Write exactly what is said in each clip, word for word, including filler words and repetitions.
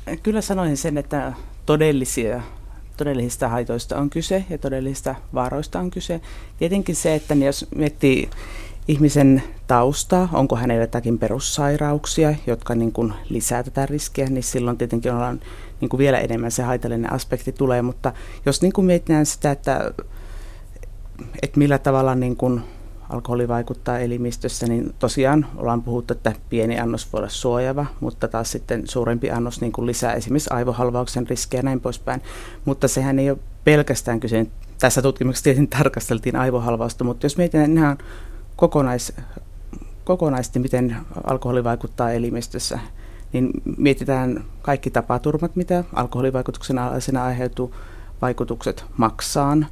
kyllä sanoisin sen, että todellisia, todellisista haitoista on kyse ja todellisista vaaroista on kyse. Tietenkin se, että jos miettii ihmisen taustaa, onko hänellä jotakin perussairauksia, jotka niin kuin lisää tätä riskiä, niin silloin tietenkin ollaan niin kuin vielä enemmän se haitallinen aspekti tulee. Mutta jos niin kuin mietitään sitä, että, että millä tavalla niin kuin alkoholi vaikuttaa elimistössä, niin tosiaan ollaan puhuttu, että pieni annos voi olla suojaava, mutta taas sitten suurempi annos niin kuin lisää esimerkiksi aivohalvauksen riskejä ja näin poispäin. Mutta sehän ei ole pelkästään kyse. Tässä tutkimuksessa tietenkin tarkasteltiin aivohalvausta, mutta jos mietitään ihan kokonais, kokonaisesti, miten alkoholi vaikuttaa elimistössä, niin mietitään kaikki tapaturmat, mitä alkoholivaikutuksen alaisena aiheutuu, vaikutukset maksaan,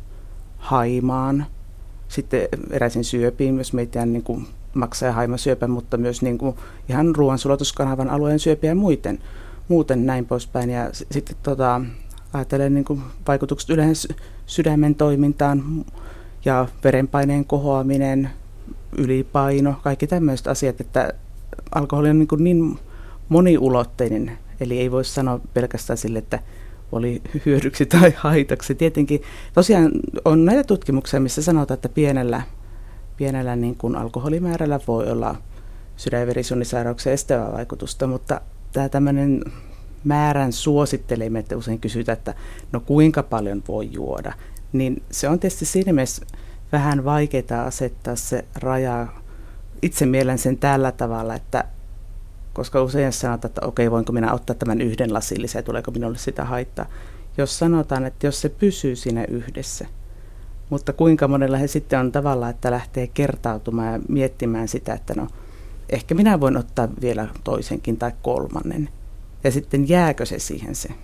haimaan, sitten eräisiin syöpiin, myös mietitään niin kuin maksa- ja haimasyöpä, mutta myös niin kuin ihan ruoansulatuskanavan alueen syöpiä ja muuten, muuten näin poispäin. Ja s- sitten tota, ajattelen niin kuin vaikutukset yleensä sydämen toimintaan ja verenpaineen kohoaminen, ylipaino, kaikki tämmöiset asiat, että alkoholi on niin, kuin niin moniulotteinen, eli ei voi sanoa pelkästään sille, että oli hyödyksi tai haitaksi. Tietenkin tosiaan on näitä tutkimuksia, missä sanotaan, että pienellä, pienellä niin kuin alkoholimäärällä voi olla sydän- ja verisuonisairauksia estävää vaikutusta, mutta tämä tämmöinen määrän suositteleminen, että usein kysytään, että no kuinka paljon voi juoda, niin se on tietysti siinä mielessä vähän vaikeaa asettaa se raja. Itse mielen sen tällä tavalla, että koska usein sanotaan, että okei, voinko minä ottaa tämän yhden lasin lisää, tuleeko minulle sitä haittaa. Jos sanotaan, että jos se pysyy siinä yhdessä, mutta kuinka monella he sitten on tavallaan, että lähtee kertautumaan ja miettimään sitä, että no ehkä minä voin ottaa vielä toisenkin tai kolmannen. Ja sitten jääkö se siihen se.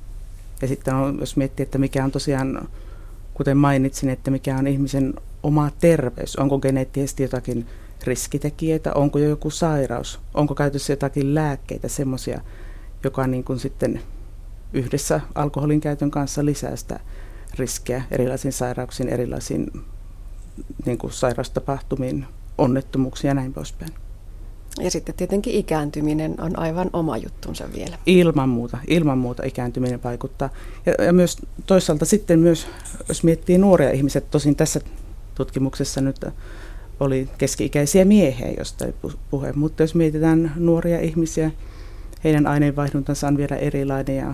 Ja sitten on, jos miettii, että mikä on tosiaan, kuten mainitsin, että mikä on ihmisen oma terveys, onko geneettisesti jotakin riskitekijöitä, onko jo joku sairaus, onko käytössä jotakin lääkkeitä, semmoisia, joka niin kuin sitten yhdessä alkoholin käytön kanssa lisää sitä riskiä erilaisiin sairauksiin, erilaisiin niin kuin sairaustapahtumiin, onnettomuuksiin ja näin poispäin. Ja sitten tietenkin ikääntyminen on aivan oma juttunsa vielä. Ilman muuta, ilman muuta ikääntyminen vaikuttaa. Ja, ja myös toisaalta sitten myös, jos miettii nuoria ihmisiä, tosin tässä tutkimuksessa nyt oli keski-ikäisiä miehiä, josta ei puhe, mutta jos mietitään nuoria ihmisiä, heidän aineenvaihduntansa on vielä erilainen ja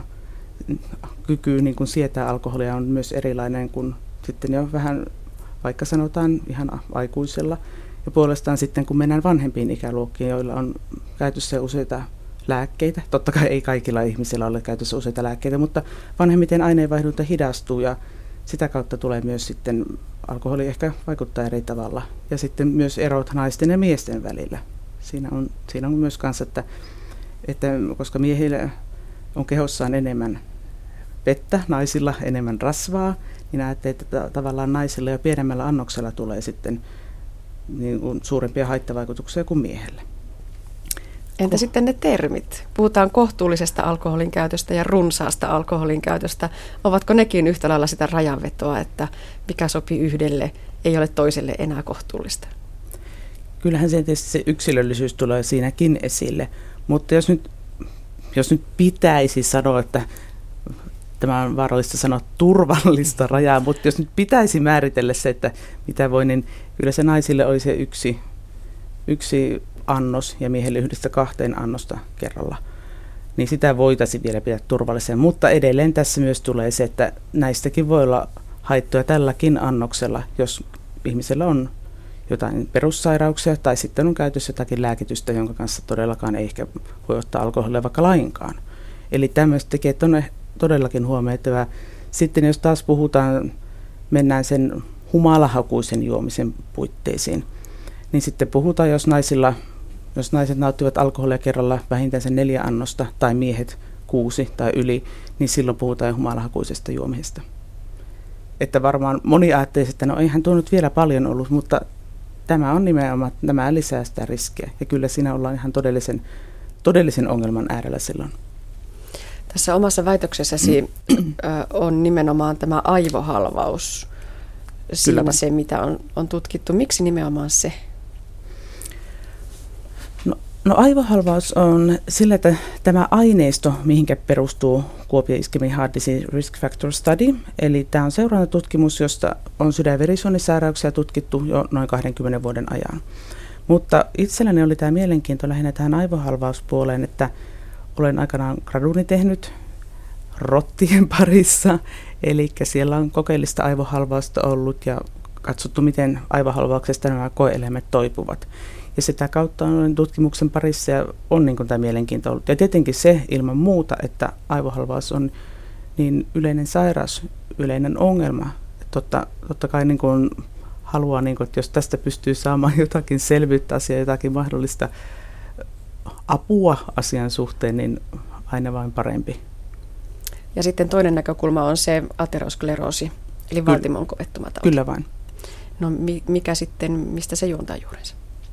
kyky niin kuin sietää alkoholia on myös erilainen kuin sitten jo vähän, vaikka sanotaan ihan aikuisella. Ja puolestaan sitten, kun mennään vanhempiin ikäluokkiin, joilla on käytössä useita lääkkeitä, totta kai ei kaikilla ihmisillä ole käytössä useita lääkkeitä, mutta vanhemmiten aineenvaihdunta hidastuu ja sitä kautta tulee myös sitten, alkoholi ehkä vaikuttaa eri tavalla. Ja sitten myös erot naisten ja miesten välillä. Siinä on, siinä on myös kanssa, että, että koska miehillä on kehossaan enemmän vettä, naisilla enemmän rasvaa, niin ajattelee, että tavallaan naisilla jo pienemmällä annoksella tulee sitten niin kuin suurempia haittavaikutuksia kuin miehelle. Entä oh. sitten ne termit? Puhutaan kohtuullisesta alkoholin käytöstä ja runsaasta alkoholin käytöstä. Ovatko nekin yhtä lailla sitä rajanvetoa, että mikä sopii yhdelle, ei ole toiselle enää kohtuullista? Kyllähän se, se yksilöllisyys tulee siinäkin esille, mutta jos nyt, jos nyt pitäisi sanoa, että tämä on vaarallista sanoa turvallista rajaa, mutta jos nyt pitäisi määritellä se, että mitä voi, niin kyllä se naisille oli se yksi, yksi annos ja miehelle yhdestä kahteen annosta kerralla. Niin sitä voitaisiin vielä pitää turvallisena, mutta edelleen tässä myös tulee se, että näistäkin voi olla haittoja tälläkin annoksella, jos ihmisellä on jotain perussairauksia tai sitten on käytössä jotakin lääkitystä, jonka kanssa todellakaan ei ehkä voi ottaa alkoholia vaikka lainkaan. Eli tämmöiset tekijät on todellakin huomioitavaa. Sitten jos taas puhutaan, mennään sen humalahakuisen juomisen puitteisiin, niin sitten puhutaan, jos naisilla, jos naiset nauttivat alkoholia kerralla vähintään sen neljä annosta tai miehet kuusi tai yli, niin silloin puhutaan humalahakuisesta juomisesta. Että varmaan moni ajattelee, että no eihän tuo nyt vielä paljon ollut, mutta tämä on nimenomaan, nämä lisää sitä riskiä. Ja kyllä siinä ollaan ihan todellisen, todellisen ongelman äärellä silloin. Tässä omassa väitöksessäsi on nimenomaan tämä aivohalvaus. Siinä se, mitä on, on tutkittu. Miksi nimenomaan se? No, No aivohalvaus on sillä, että tämä aineisto, mihinkä perustuu Kuopion Ischemic Heart Disease Risk Factor Study, eli tämä on seurantatutkimus, josta on sydän- ja verisuonisairauksia tutkittu jo noin kahdenkymmenen vuoden ajan. Mutta itselläni oli tämä mielenkiinto lähinnä tähän aivohalvauspuoleen, että olen aikanaan graduni tehnyt rottien parissa, eli siellä on kokeellista aivohalvausta ollut ja katsottu, miten aivohalvauksesta nämä koe-eläimet toipuvat. Ja sitä kautta on tutkimuksen parissa ja on niin kuin tämä mielenkiinto ollut. Ja tietenkin se ilman muuta, että aivohalvaus on niin yleinen sairaus, yleinen ongelma. Totta, totta kai niin kuin haluaa, niin kuin, että jos tästä pystyy saamaan jotakin selvyyttä asiaa, jotakin mahdollista apua asian suhteen, niin aina vain parempi. Ja sitten toinen näkökulma on se ateroskleroosi, eli valtimon kovettuma tauti. Kyllä vain. No mikä sitten, mistä se juontaa juurensa?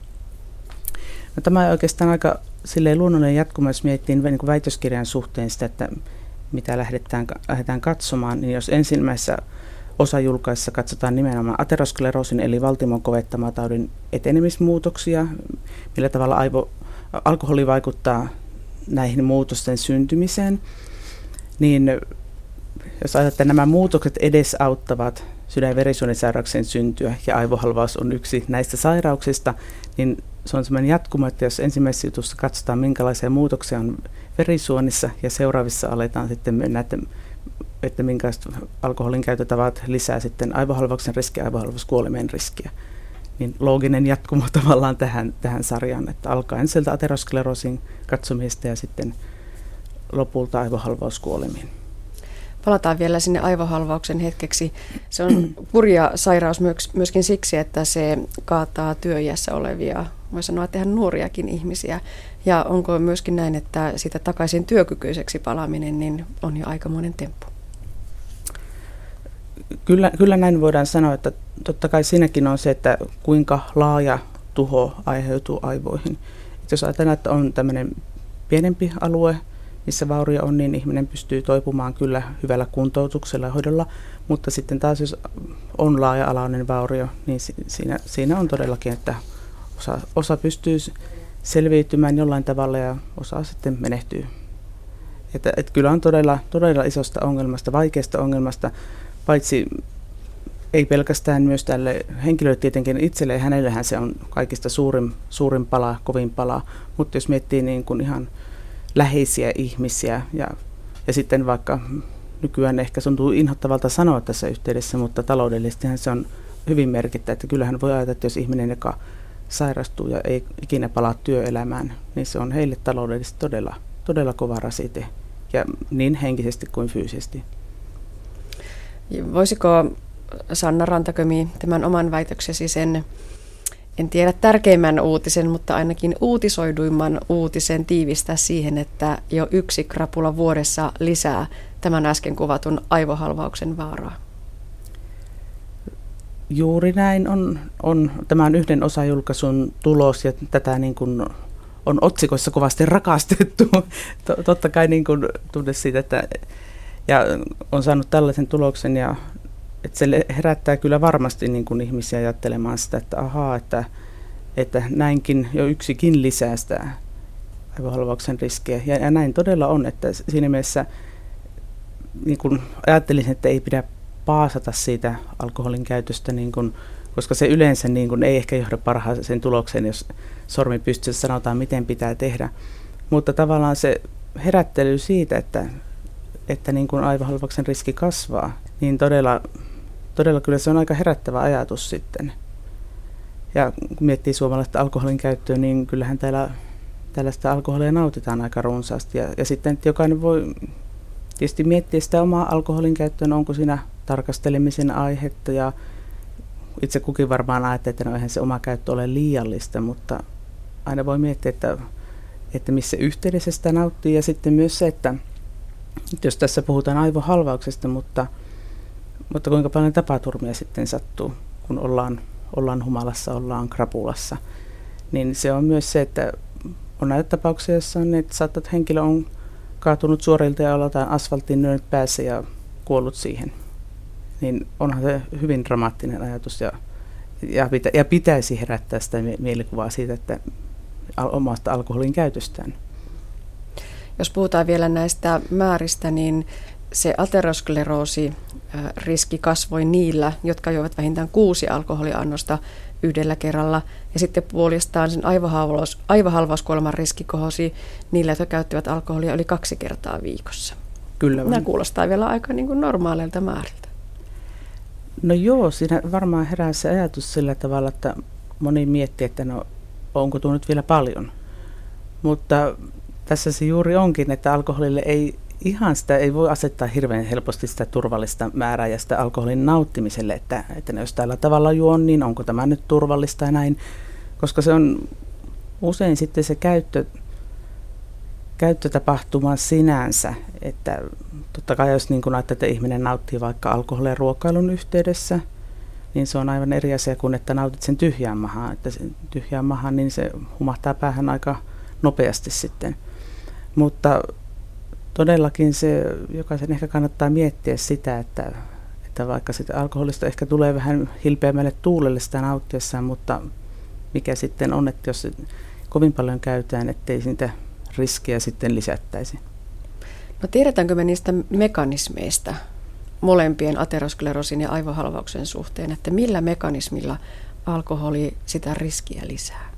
No, tämä on oikeastaan aika silleen luonnollinen jatkuma, jos miettii niin kuin väitöskirjan suhteen sitä, että mitä lähdetään, lähdetään katsomaan. Niin jos ensimmäisessä osajulkaisessa katsotaan nimenomaan ateroskleroosin eli valtimon kovettamataudin etenemismuutoksia, millä tavalla aivo, alkoholi vaikuttaa näihin muutosten syntymiseen, niin jos ajatellaan, että nämä muutokset edesauttavat sydän- ja verisuonisairauksien syntyä ja aivohalvaus on yksi näistä sairauksista, niin se on sellainen jatkuma, että jos ensimmäisessä jutussa katsotaan, minkälaisia muutoksia on verisuonissa ja seuraavissa aletaan sitten mennä, että, että minkälaiset alkoholin käytötavat lisää sitten aivohalvauksen riskiä, aivohalvauskuolemien riskiä, niin looginen jatkumo tavallaan tähän, tähän sarjaan, että alkaen sieltä ateroskleroosin katsomista ja sitten lopulta aivohalvauskuolemiin. Palataan vielä sinne aivohalvauksen hetkeksi. Se on kurja sairaus myöskin siksi, että se kaataa työiässä olevia, voi sanoa, että ihan nuoriakin ihmisiä. Ja onko myöskin näin, että siitä takaisin työkykyiseksi palaaminen niin on jo aikamoinen temppu? Kyllä, kyllä näin voidaan sanoa, että totta kai siinäkin on se, että kuinka laaja tuho aiheutuu aivoihin. Et jos ajatellaan, että on tämmöinen pienempi alue, missä vaurio on, niin ihminen pystyy toipumaan kyllä hyvällä kuntoutuksella ja hoidolla, mutta sitten taas jos on laaja-alainen vaurio, niin siinä, siinä on todellakin, että osa, osa pystyy selviytymään jollain tavalla ja osa sitten menehtyy. Että, että kyllä on todella, todella isosta ongelmasta, vaikeasta ongelmasta, paitsi ei pelkästään myös tälle henkilölle tietenkin itselleen, hänellähän se on kaikista suurin, suurin pala, kovin pala, mutta jos miettii niin kuin ihan läheisiä ihmisiä ja, ja sitten vaikka nykyään ehkä se tuntuu inhottavalta sanoa tässä yhteydessä, mutta taloudellisestihan se on hyvin merkittävä, että kyllähän voi ajatella, että jos ihminen, joka sairastuu ja ei ikinä palaa työelämään, niin se on heille taloudellisesti todella, todella kova rasite ja niin henkisesti kuin fyysisesti. Voisiko Sanna Rantakömi tämän oman väitöksesi sen, en tiedä tärkeimmän uutisen, mutta ainakin uutisoiduimman uutisen tiivistää siihen, että jo yksi krapula vuodessa lisää tämän äsken kuvatun aivohalvauksen vaaraa? Juuri näin on. on tämä on yhden osajulkaisun tulos ja tätä niin kuin on otsikoissa kovasti rakastettu. Totta kai niin kuin tunne siitä, että ja on saanut tällaisen tuloksen ja että se herättää kyllä varmasti niin kuin ihmisiä ajattelemaan sitä, että ahaa, että, että näinkin jo yksikin lisää sitä aivohalvauksen riskiä. Ja, ja näin todella on, että siinä mielessä niin kuin ajattelisin, että ei pidä paasata siitä alkoholin käytöstä, niin kuin, koska se yleensä niin kuin ei ehkä johda parhaaseen tulokseen, jos sormi pystyssä sanotaan, miten pitää tehdä. Mutta tavallaan se herättely siitä, että, että niin kuin aivohalvauksen riski kasvaa, niin todella, todella kyllä se on aika herättävä ajatus sitten. Ja kun miettii suomalaista alkoholin käyttöä, niin kyllähän täällä tällaista alkoholia nautitaan aika runsaasti. Ja, ja sitten että jokainen voi tietysti miettiä sitä omaa alkoholin käyttöä, onko siinä tarkastelemisen aihetta. Ja itse kukin varmaan ajattelee, että no eihän se oma käyttö ole liiallista, mutta aina voi miettiä, että, että missä yhteydessä sitä nauttii. Ja sitten myös se, että jos tässä puhutaan aivohalvauksesta, mutta, mutta kuinka paljon tapaturmia sitten sattuu, kun ollaan, ollaan humalassa, ollaan krapulassa, niin se on myös se, että on näitä tapauksia, joissa on, että saattaa, että henkilö on kaatunut suorilta ja olotaan asfalttiin nyönyt päässä ja kuollut siihen. Niin onhan se hyvin dramaattinen ajatus ja, ja, pitä, ja pitäisi herättää sitä mielikuvaa siitä, että, omasta alkoholin käytöstään. Jos puhutaan vielä näistä määristä, niin se ateroskleroosi riski kasvoi niillä, jotka joivat vähintään kuusi alkoholiannosta yhdellä kerralla. Ja sitten puolestaan sen aivohalvaus, aivohalvauskuoleman riski kohosi niillä, jotka käyttivät alkoholia yli kaksi kertaa viikossa. Kyllä. Nämä kuulostaa vielä aika niin kuin normaaleilta määriltä. No joo, siinä varmaan herää se ajatus sillä tavalla, että moni miettii, että no onko tuo nyt vielä paljon. Mutta tässä se juuri onkin, että alkoholille ei ihan sitä ei voi asettaa hirveän helposti sitä turvallista määrää ja sitä alkoholin nauttimiselle, että, että jos tällä tavalla juon, niin onko tämä nyt turvallista ja näin, koska se on usein sitten se käyttö, käyttötapahtuma sinänsä, että totta kai jos niin kun ajattelee, että ihminen nauttii vaikka alkoholia ruokailun yhteydessä, niin se on aivan eri asia kuin, että nautit sen tyhjään mahaan, että sen tyhjään mahaan, niin se humahtaa päähän aika nopeasti sitten, mutta todellakin se, jokaisen ehkä kannattaa miettiä sitä, että, että vaikka sitä alkoholista ehkä tulee vähän hilpeämmälle tuulelle sitä nauttiessaan, mutta mikä sitten on, että jos kovin paljon käytetään, ettei siitä riskiä sitten lisättäisi. No tiedetäänkö me niistä mekanismeista molempien ateroskleroosin ja aivohalvauksen suhteen, että millä mekanismilla alkoholi sitä riskiä lisää?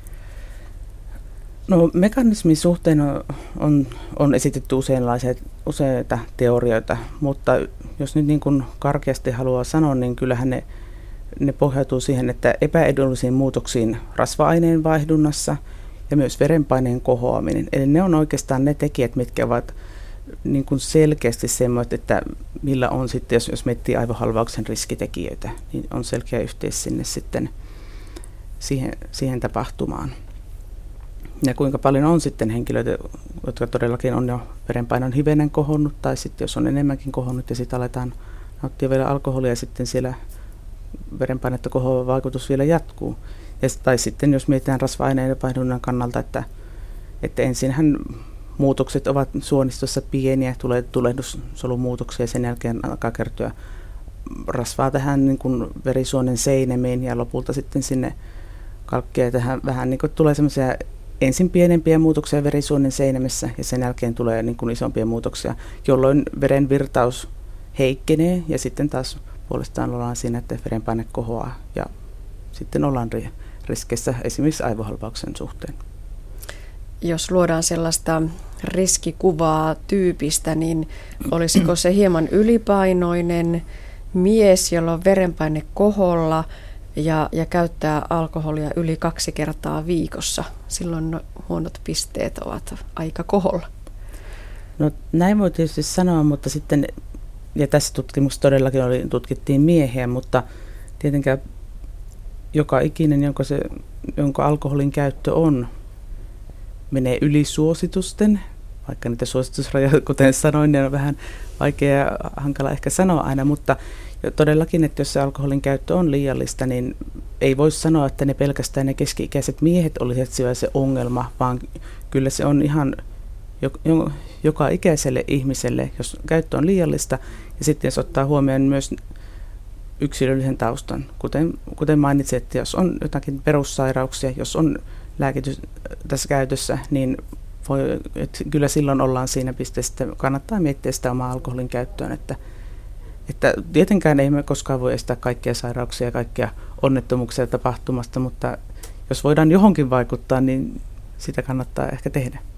No mekanismin suhteen on, on, on esitetty useinlaisia, useita teorioita, mutta jos nyt niin kuin karkeasti haluaa sanoa, niin kyllähän ne, ne pohjautuu siihen, että epäedullisiin muutoksiin rasva-aineen vaihdunnassa ja myös verenpaineen kohoaminen. Eli ne on oikeastaan ne tekijät, mitkä ovat niin kuin selkeästi semmoiset, että millä on sitten, jos, jos miettii aivohalvauksen riskitekijöitä, niin on selkeä yhteys sinne sitten siihen, siihen tapahtumaan. Ja kuinka paljon on sitten henkilöitä, jotka todellakin on jo verenpainon hivenen kohonnut, tai sitten jos on enemmänkin kohonnut ja sitten aletaan nauttia vielä alkoholia, ja sitten siellä verenpainetta kohoava vaikutus vielä jatkuu. Ja, tai sitten jos mietitään rasva-aineen vaihdunnan kannalta, että, että ensinhän muutokset ovat suonistossa pieniä, tulee tulehdussolumuutoksia ja sen jälkeen alkaa kertyä rasvaa tähän niin kuin verisuonen seinämiin ja lopulta sitten sinne kalkkia tähän vähän niin kuin tulee semmoisia ensin pienempiä muutoksia verisuonen seinämissä ja sen jälkeen tulee niin kuin isompia muutoksia, jolloin veren virtaus heikkenee ja sitten taas puolestaan ollaan siinä, että verenpaine kohoaa ja sitten ollaan riskissä esimerkiksi aivohalvauksen suhteen. Jos luodaan sellaista riskikuvaa tyypistä, niin olisiko se hieman ylipainoinen mies, jolla on verenpaine koholla ja, ja käyttää alkoholia yli kaksi kertaa viikossa? Silloin huonot pisteet ovat aika koholla. No näin voi tietysti sanoa, mutta sitten, ja tässä tutkimus todellakin oli, tutkittiin miehiä, mutta tietenkään joka ikinen, jonka, se, jonka alkoholin käyttö on, menee yli suositusten, vaikka niitä suositusrajoja, kuten sanoin, niin on vähän vaikea ja hankala ehkä sanoa aina, mutta todellakin, että jos se alkoholin käyttö on liiallista, niin ei voi sanoa, että ne pelkästään ne keski-ikäiset miehet olisivat se ongelma, vaan kyllä se on ihan joka ikäiselle ihmiselle, jos käyttö on liiallista, ja sitten jos ottaa huomioon myös yksilöllisen taustan, kuten, kuten mainitsin, että jos on jotakin perussairauksia, jos on lääkitys tässä käytössä, niin voi, että kyllä silloin ollaan siinä pisteessä, että kannattaa miettiä sitä omaa alkoholin käyttöön, että, että tietenkään ei me koskaan voi estää kaikkia sairauksia ja kaikkia onnettomuuksia tapahtumasta, mutta jos voidaan johonkin vaikuttaa, niin sitä kannattaa ehkä tehdä.